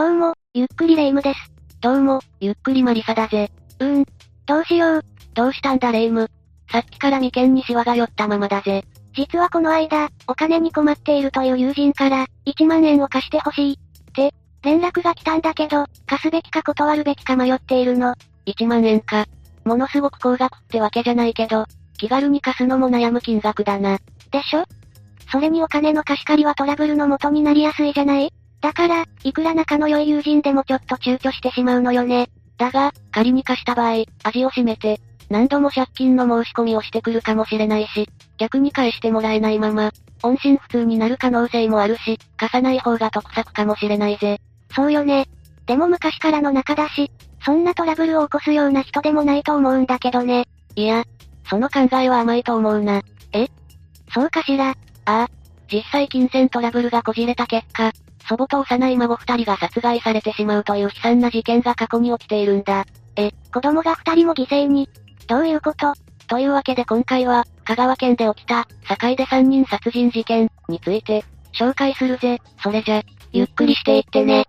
どうも、ゆっくりレ夢ムです。 どうも、ゆっくりマリサだぜ。 どうしよう。 どうしたんだレ夢ム。さっきから眉間にシワが寄ったままだぜ。 実はこの間、お金に困っているという友人から、1万円を貸してほしい。って、連絡が来たんだけど、貸すべきか断るべきか迷っているの。 1万円か。ものすごく高額ってわけじゃないけど、気軽に貸すのも悩む金額だな。 でしょ？それにお金の貸し借りはトラブルの元になりやすいじゃない？だから、いくら仲の良い友人でもちょっと躊躇してしまうのよね。 だが、仮に貸した場合、味を占めて、何度も借金の申し込みをしてくるかもしれないし、逆に返してもらえないまま、音信不通になる可能性もあるし、貸さない方が得策かもしれないぜ。 そうよね。でも昔からの仲だし、そんなトラブルを起こすような人でもないと思うんだけどね。 いや、その考えは甘いと思うな。 そうかしら。 ああ、実際金銭トラブルがこじれた結果、祖母と幼い孫二人が殺害されてしまうという悲惨な事件が過去に起きているんだ。 子供が2人も犠牲に。どういうこと？ というわけで今回は、香川県で起きた、堺で3人殺人事件について、紹介するぜ。それじゃ、ゆっくりしていってね。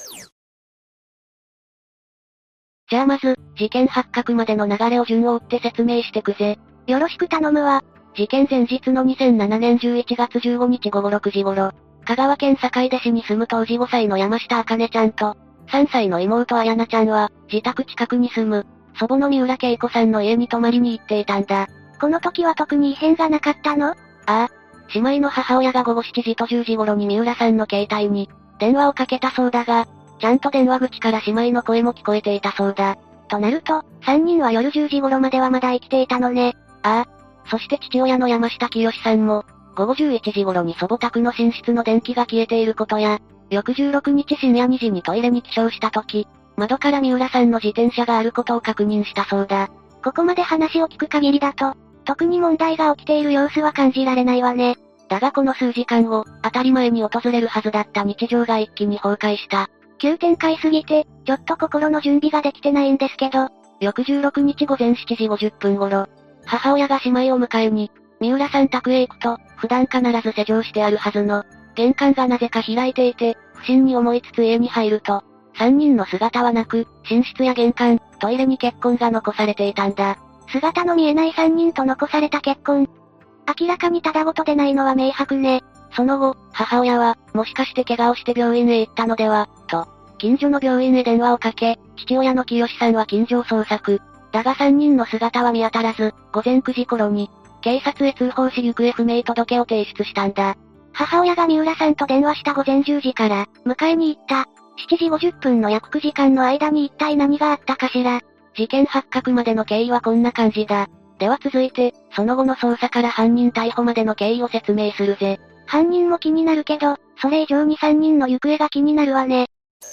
じゃあまず、事件発覚までの流れを順を追って説明してくぜ。 よろしく頼むわ。 事件前日の2007年11月15日午後6時頃、香川県坂出市に住む当時5歳の山下茜ちゃんと、3歳の妹彩菜ちゃんは、自宅近くに住む、祖母の三浦恵子さんの家に泊まりに行っていたんだ。 この時は特に異変がなかったの？ ああ。姉妹の母親が午後7時と10時頃に三浦さんの携帯に、電話をかけたそうだが、ちゃんと電話口から姉妹の声も聞こえていたそうだ。 となると、3人は夜10時頃まではまだ生きていたのね。 ああ。そして父親の山下清さんも、午後11時頃に祖母宅の寝室の電気が消えていることや、翌16日深夜2時にトイレに起床した時、窓から三浦さんの自転車があることを確認したそうだ。 ここまで話を聞く限りだと、特に問題が起きている様子は感じられないわね。 だがこの数時間後、当たり前に訪れるはずだった日常が一気に崩壊した。 急展開すぎて、ちょっと心の準備ができてないんですけど。 翌16日午前7時50分頃、母親が姉妹を迎えに、三浦さん宅へ行くと、普段必ず施錠してあるはずの、玄関がなぜか開いていて、不審に思いつつ家に入ると、3人の姿はなく、寝室や玄関、トイレに血痕が残されていたんだ。 姿の見えない3人と残された血痕。明らかにただごとでないのは明白ね。 その後、母親は、もしかして怪我をして病院へ行ったのでは、と、近所の病院へ電話をかけ、父親の清さんは近所を捜索。だが3人の姿は見当たらず、午前9時頃に、警察へ通報し行方不明届を提出したんだ。 母親が三浦さんと電話した午前10時から、迎えに行った。7時50分の約9時間の間に一体何があったかしら。 事件発覚までの経緯はこんな感じだ。では続いて、その後の捜査から犯人逮捕までの経緯を説明するぜ。 犯人も気になるけど、それ以上に3人の行方が気になるわね。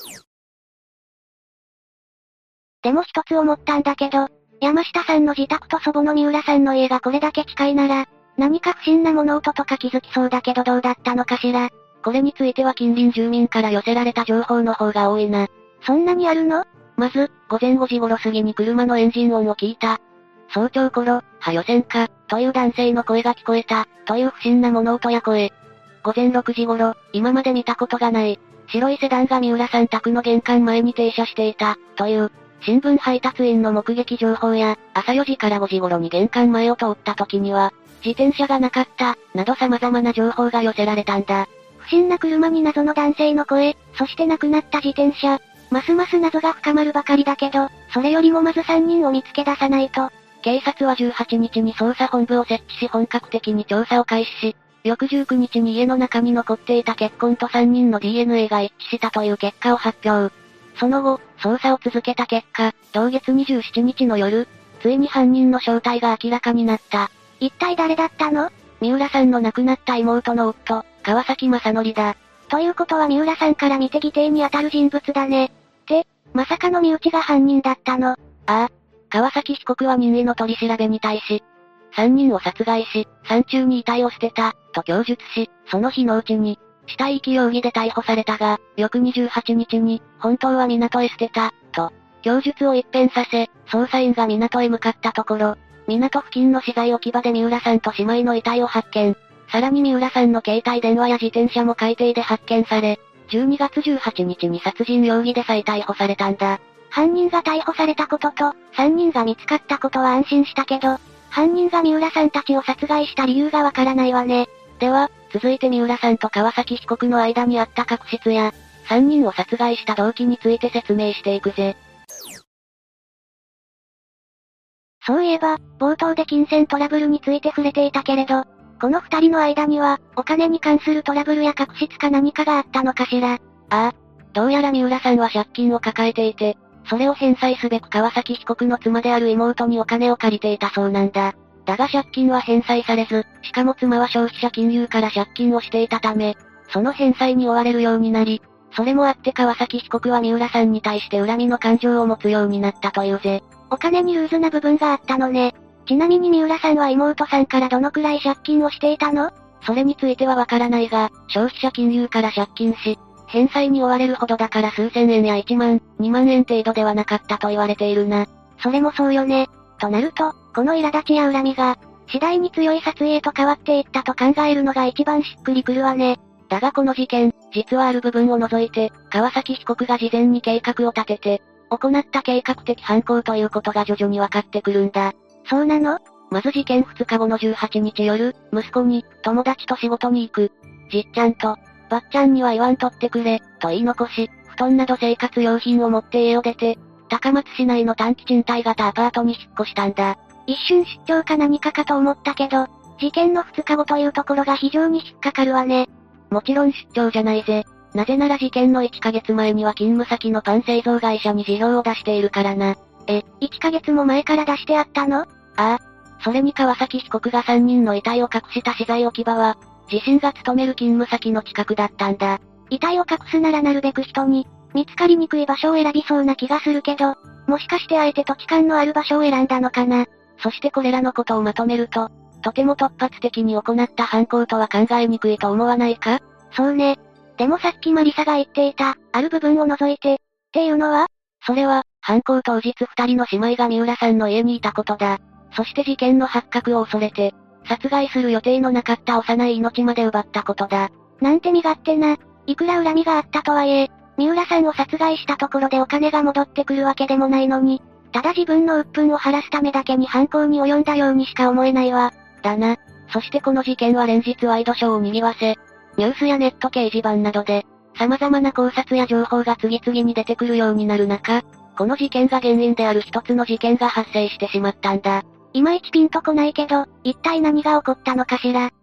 でも一つ思ったんだけど、山下さんの自宅と祖母の三浦さんの家がこれだけ近いなら、何か不審な物音とか気づきそうだけどどうだったのかしら。 これについては近隣住民から寄せられた情報の方が多いな。 そんなにあるの？ まず、午前5時頃過ぎに車のエンジン音を聞いた。早朝頃、はよせんか、という男性の声が聞こえた、という不審な物音や声。午前6時頃、今まで見たことがない、白いセダンが三浦さん宅の玄関前に停車していた、という、新聞配達員の目撃情報や、朝4時から5時頃に玄関前を通った時には、自転車がなかった、など様々な情報が寄せられたんだ。 不審な車に謎の男性の声、そして亡くなった自転車。ますます謎が深まるばかりだけど、それよりもまず3人を見つけ出さないと。 警察は18日に捜査本部を設置し本格的に調査を開始し、翌19日に家の中に残っていた血痕と3人の DNA が一致したという結果を発表。その後、捜査を続けた結果、同月27日の夜、ついに犯人の正体が明らかになった。 一体誰だったの？ 三浦さんの亡くなった妹の夫、川崎正則だ。 ということは三浦さんから見て義弟に当たる人物だね。まさかの身内が犯人だったの？ ああ。川崎被告は任意の取り調べに対し、3人を殺害し、山中に遺体を捨てた、と供述し、その日のうちに、死体遺棄容疑で逮捕されたが、翌28日に、本当は港へ捨てた、と、供述を一変させ、捜査員が港へ向かったところ、港付近の資材置き場で三浦さんと姉妹の遺体を発見。さらに三浦さんの携帯電話や自転車も海底で発見され、 12月18日に殺人容疑で再逮捕されたんだ。 犯人が逮捕されたことと、3人が見つかったことは安心したけど、犯人が三浦さんたちを殺害した理由がわからないわね。 では、続いて三浦さんと川崎被告の間にあった確執や、3人を殺害した動機について説明していくぜ。 そういえば、冒頭で金銭トラブルについて触れていたけれど、この2人の間には、お金に関するトラブルや確執か何かがあったのかしら。 ああ。どうやら三浦さんは借金を抱えていて、それを返済すべく川崎被告の妻である妹にお金を借りていたそうなんだ。だが借金は返済されず、しかも妻は消費者金融から借金をしていたため、その返済に追われるようになり、それもあって川崎被告は三浦さんに対して恨みの感情を持つようになったというぜ。 お金にルーズな部分があったのね。ちなみに三浦さんは妹さんからどのくらい借金をしていたの？ それについてはわからないが、消費者金融から借金し、返済に追われるほどだから数千円や1万、2万円程度ではなかったと言われているな。 それもそうよね。となると、この苛立ちや恨みが、次第に強い殺意へと変わっていったと考えるのが一番しっくりくるわね。 だがこの事件、実はある部分を除いて、川崎被告が事前に計画を立てて、行った計画的犯行ということが徐々に分かってくるんだ。 そうなの？ まず事件2日後の18日夜、息子に、友達と仕事に行く。じっちゃんと、ばっちゃんには言わんとってくれ、と言い残し、布団など生活用品を持って家を出て、高松市内の短期賃貸型アパートに引っ越したんだ。 一瞬出張か何かかと思ったけど、事件の2日後というところが非常に引っかかるわね。 もちろん出張じゃないぜ。なぜなら事件の1ヶ月前には勤務先のパン製造会社に辞表を出しているからな。 1ヶ月も前から出してあったの？ ああ。それに川崎被告が3人の遺体を隠した資材置き場は、自身が勤める勤務先の近くだったんだ。 遺体を隠すならなるべく人に、見つかりにくい場所を選びそうな気がするけど、もしかしてあえて土地勘のある場所を選んだのかな。 そしてこれらのことをまとめると、とても突発的に行った犯行とは考えにくいと思わないか？ そうね。でもさっきマリサが言っていた、ある部分を除いて、っていうのは？ それは、犯行当日2人の姉妹が三浦さんの家にいたことだ。そして事件の発覚を恐れて、殺害する予定のなかった幼い命まで奪ったことだ。 なんて身勝手な、いくら恨みがあったとはいえ、三浦さんを殺害したところでお金が戻ってくるわけでもないのに、ただ自分の鬱憤を晴らすためだけに犯行に及んだようにしか思えないわ。 だな。そしてこの事件は連日ワイドショーを賑わせ、ニュースやネット掲示板などで、様々な考察や情報が次々に出てくるようになる中、この事件が原因である一つの事件が発生してしまったんだ。 いまいちピンとこないけど、一体何が起こったのかしら。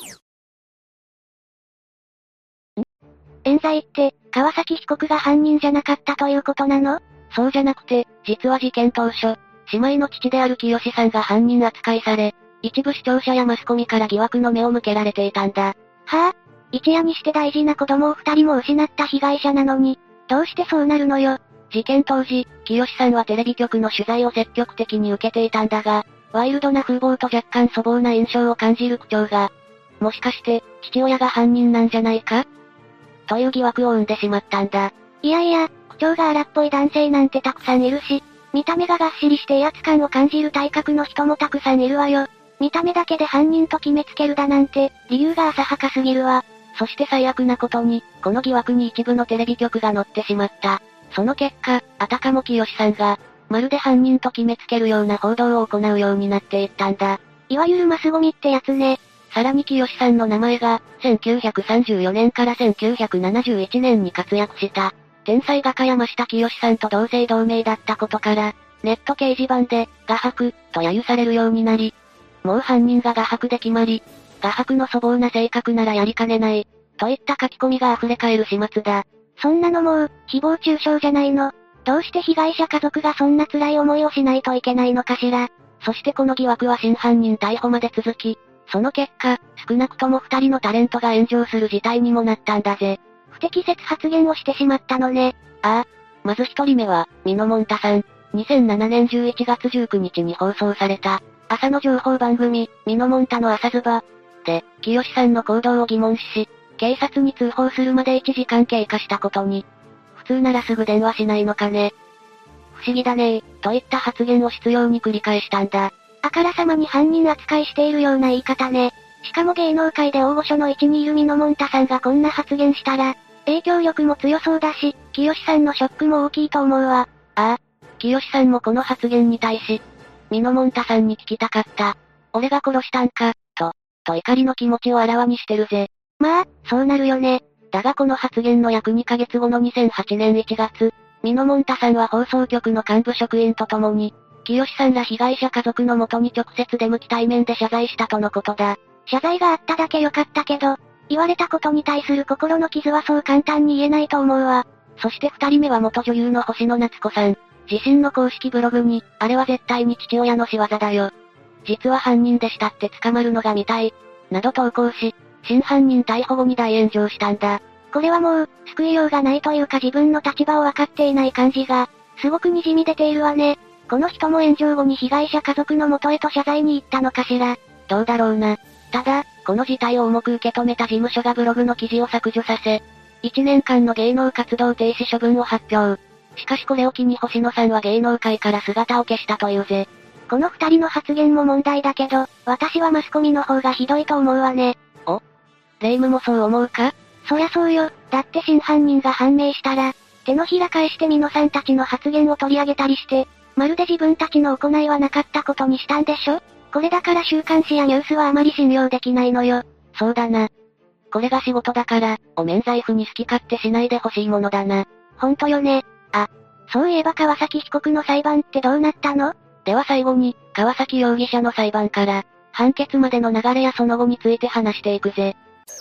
冤罪って、川崎被告が犯人じゃなかったということなの？ そうじゃなくて、実は事件当初、姉妹の父である清さんが犯人扱いされ、一部視聴者やマスコミから疑惑の目を向けられていたんだ。 はぁ、一夜にして大事な子供を2人も失った被害者なのに、どうしてそうなるのよ。 事件当時、清さんはテレビ局の取材を積極的に受けていたんだが、ワイルドな風貌と若干粗暴な印象を感じる口調が、もしかして、父親が犯人なんじゃないか？という疑惑を生んでしまったんだ。 いやいや、口調が荒っぽい男性なんてたくさんいるし、見た目ががっしりして威圧感を感じる体格の人もたくさんいるわよ。見た目だけで犯人と決めつけるだなんて、理由が浅はかすぎるわ。 そして最悪なことに、この疑惑に一部のテレビ局が乗ってしまった。その結果、あたかも清さんが、まるで犯人と決めつけるような報道を行うようになっていったんだ。 いわゆるマスゴミってやつね。 さらに清さんの名前が、1934年から1971年に活躍した、天才画家山下清さんと同姓同名だったことから、ネット掲示板で、画伯、と揶揄されるようになり、もう犯人が画伯で決まり、画伯の粗暴な性格ならやりかねない、といった書き込みが溢れ返る始末だ。 そんなのもう、誹謗中傷じゃないの。どうして被害者家族がそんな辛い思いをしないといけないのかしら。 そしてこの疑惑は真犯人逮捕まで続き、その結果、少なくとも2人のタレントが炎上する事態にもなったんだぜ。 不適切発言をしてしまったのね。 ああ。まず1人目は、ミノモンタさん。2007年11月19日に放送された、朝の情報番組、ミノモンタの朝ズバで、清さんの行動を疑問視し、警察に通報するまで1時間経過したことに、普通ならすぐ電話しないのかね。不思議だねー、といった発言を執拗に繰り返したんだ。 あからさまに犯人扱いしているような言い方ね。しかも芸能界で大御所の位置にいるミノモンタさんがこんな発言したら、 影響力も強そうだし、清さんのショックも大きいと思うわ。 ああ。清さんもこの発言に対し、ミノモンタさんに聞きたかった。俺が殺したんか、と怒りの気持ちをあらわにしてるぜ。 まあ、そうなるよね。 だがこの発言の約2ヶ月後の2008年1月、ミノモンタさんは放送局の幹部職員と共に、清さんら被害者家族の元に直接出向き対面で謝罪したとのことだ。 謝罪があっただけ良かったけど、言われたことに対する心の傷はそう簡単に言えないと思うわ。 そして二人目は元女優の星野夏子さん。自身の公式ブログに、あれは絶対に父親の仕業だよ。実は犯人でしたって捕まるのが見たい。など投稿し、真犯人逮捕後に大炎上したんだ。 これはもう、救いようがないというか自分の立場を分かっていない感じが、すごく滲み出ているわね。この人も炎上後に被害者家族の元へと謝罪に行ったのかしら。 どうだろうな。ただ、この事態を重く受け止めた事務所がブログの記事を削除させ、1年間の芸能活動停止処分を発表。しかしこれを機に星野さんは芸能界から姿を消したというぜ。 この二人の発言も問題だけど、私はマスコミの方がひどいと思うわね。 お？霊夢もそう思うか？ そりゃそうよ。だって真犯人が判明したら、手のひら返してミノさんたちの発言を取り上げたりして、まるで自分たちの行いはなかったことにしたんでしょ？これだから週刊誌やニュースはあまり信用できないのよ。 そうだな。これが仕事だから、お免罪符に好き勝手しないでほしいものだな。 ほんとよね。あ、そういえば川崎被告の裁判ってどうなったの？ では最後に、川崎容疑者の裁判から、判決までの流れやその後について話していくぜ。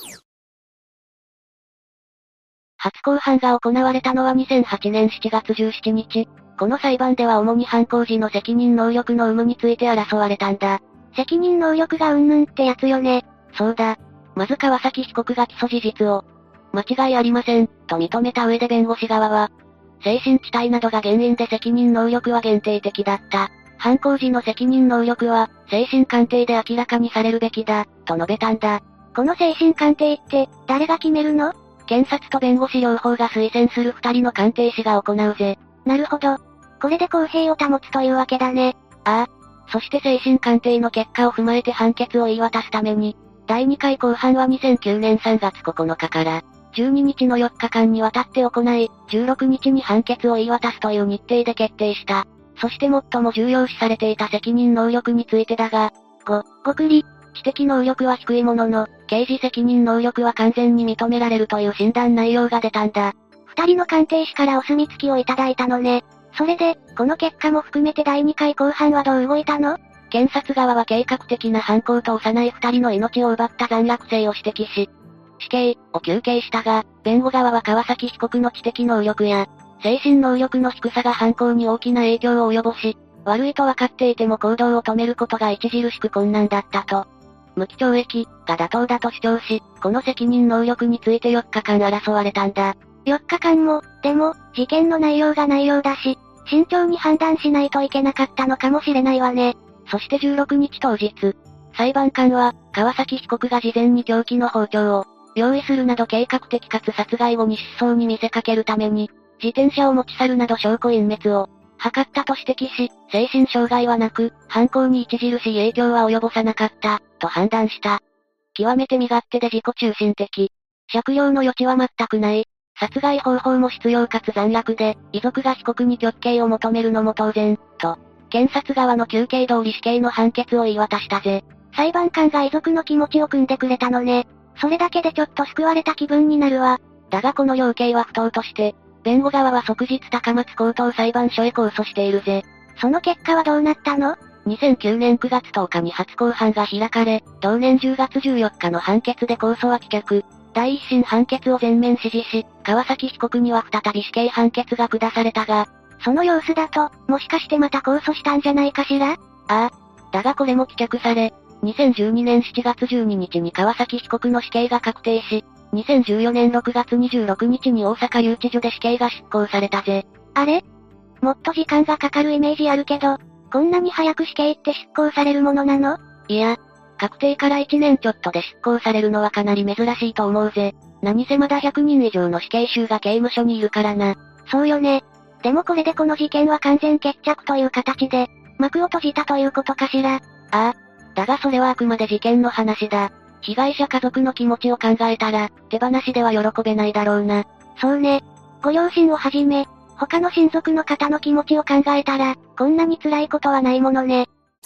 初公判が行われたのは2008年7月17日。この裁判では主に犯行時の責任能力の有無について争われたんだ。 責任能力がうんぬんってやつよね。 そうだ。まず川崎被告が起訴事実を、間違いありません、と認めた上で弁護士側は、精神地帯などが原因で責任能力は限定的だった。犯行時の責任能力は、精神鑑定で明らかにされるべきだ、と述べたんだ。 この精神鑑定って、誰が決めるの？ 検察と弁護士両方が推薦する二人の鑑定士が行うぜ。 なるほど。これで公平を保つというわけだね。 ああ。そして精神鑑定の結果を踏まえて判決を言い渡すために、第2回公判は2009年3月9日から、12日の4日間にわたって行い、16日に判決を言い渡すという日程で決定した。そして最も重要視されていた責任能力についてだが、 ごくり、 知的能力は低いものの、刑事責任能力は完全に認められるという診断内容が出たんだ。 二人の鑑定士からお墨付きをいただいたのね。それで、この結果も含めて第2回公判はどう動いたの？ 検察側は計画的な犯行と幼い二人の命を奪った残虐性を指摘し、死刑を求刑したが、弁護側は川崎被告の知的能力や、精神能力の低さが犯行に大きな影響を及ぼし、悪いと分かっていても行動を止めることが著しく困難だったと。無期懲役が妥当だと主張し、この責任能力について4日間争われたんだ。 4日間も、でも、事件の内容が内容だし、慎重に判断しないといけなかったのかもしれないわね。 そして16日当日、裁判官は、川崎被告が事前に凶器の包丁を、用意するなど計画的かつ殺害後に失踪に見せかけるために、自転車を持ち去るなど証拠隠滅を、図ったと指摘し、精神障害はなく、犯行に著しい影響は及ぼさなかった、と判断した。極めて身勝手で自己中心的。酌量の余地は全くない。殺害方法も執拗かつ残虐で、遺族が被告に極刑を求めるのも当然、と、検察側の求刑通り死刑の判決を言い渡したぜ。 裁判官が遺族の気持ちを汲んでくれたのね。それだけでちょっと救われた気分になるわ。 だがこの量刑は不当として、弁護側は即日高松高等裁判所へ控訴しているぜ。 その結果はどうなったの？ 2009年9月10日に初公判が開かれ、同年10月14日の判決で控訴は棄却。第一審判決を全面支持し、川崎被告には再び死刑判決が下されたが、 その様子だと、もしかしてまた控訴したんじゃないかしら？ ああ。だがこれも棄却され、2012年7月12日に川崎被告の死刑が確定し、2014年6月26日に大阪留置所で死刑が執行されたぜ。 あれ？もっと時間がかかるイメージあるけど、こんなに早く死刑って執行されるものなの？ いや、確定から1年ちょっとで執行されるのはかなり珍しいと思うぜ。何せまだ100人以上の死刑囚が刑務所にいるからな。 そうよね。でもこれでこの事件は完全決着という形で、幕を閉じたということかしら。 ああ。だがそれはあくまで事件の話だ。 被害者家族の気持ちを考えたら、手放しでは喜べないだろうな。 そうね。ご両親をはじめ、他の親族の方の気持ちを考えたら、こんなに辛いことはないものね。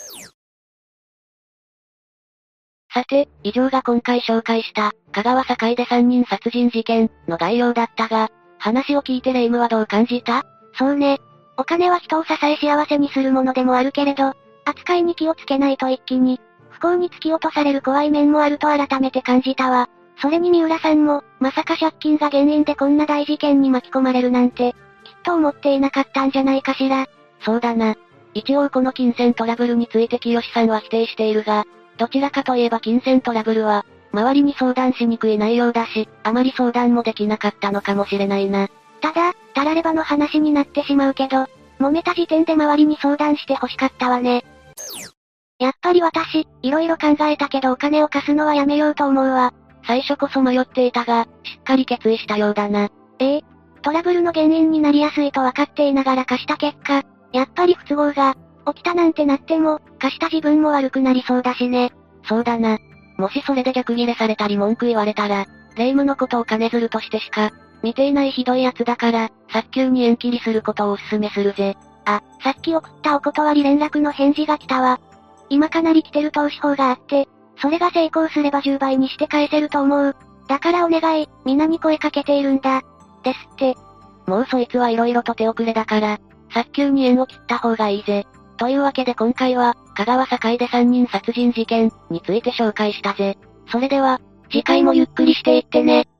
さて、以上が今回紹介した、香川堺で3人殺人事件の概要だったが、話を聞いてレ夢ムはどう感じた？ そうね。お金は人を支え幸せにするものでもあるけれど、扱いに気をつけないと一気に、不幸に突き落とされる怖い面もあると改めて感じたわ。それに三浦さんも、まさか借金が原因でこんな大事件に巻き込まれるなんて、きっと思っていなかったんじゃないかしら。 そうだな。一応この金銭トラブルについて清さんは否定しているが、どちらかといえば金銭トラブルは、周りに相談しにくい内容だし、あまり相談もできなかったのかもしれないな。 ただ、たらればの話になってしまうけど、揉めた時点で周りに相談して欲しかったわね。やっぱり私、色々考えたけどお金を貸すのはやめようと思うわ。 最初こそ迷っていたが、しっかり決意したようだな。 トラブルの原因になりやすいと分かっていながら貸した結果、やっぱり不都合が、起きたなんてなっても、貸した自分も悪くなりそうだしね。 そうだな。もしそれで逆ギレされたり文句言われたら、霊夢のことを金づるとしてしか、見ていないひどい奴だから、早急に縁切りすることをお勧めするぜ。 あ、さっき送ったお断り連絡の返事が来たわ。今かなり来てる投資法があって、それが成功すれば10倍にして返せると思う。だからお願い、皆に声かけているんだ。ですって。 もうそいつは色々と手遅れだから、早急に縁を切った方がいいぜ。というわけで今回は、香川堺で3人殺人事件について紹介したぜ。それでは、次回もゆっくりしていってね。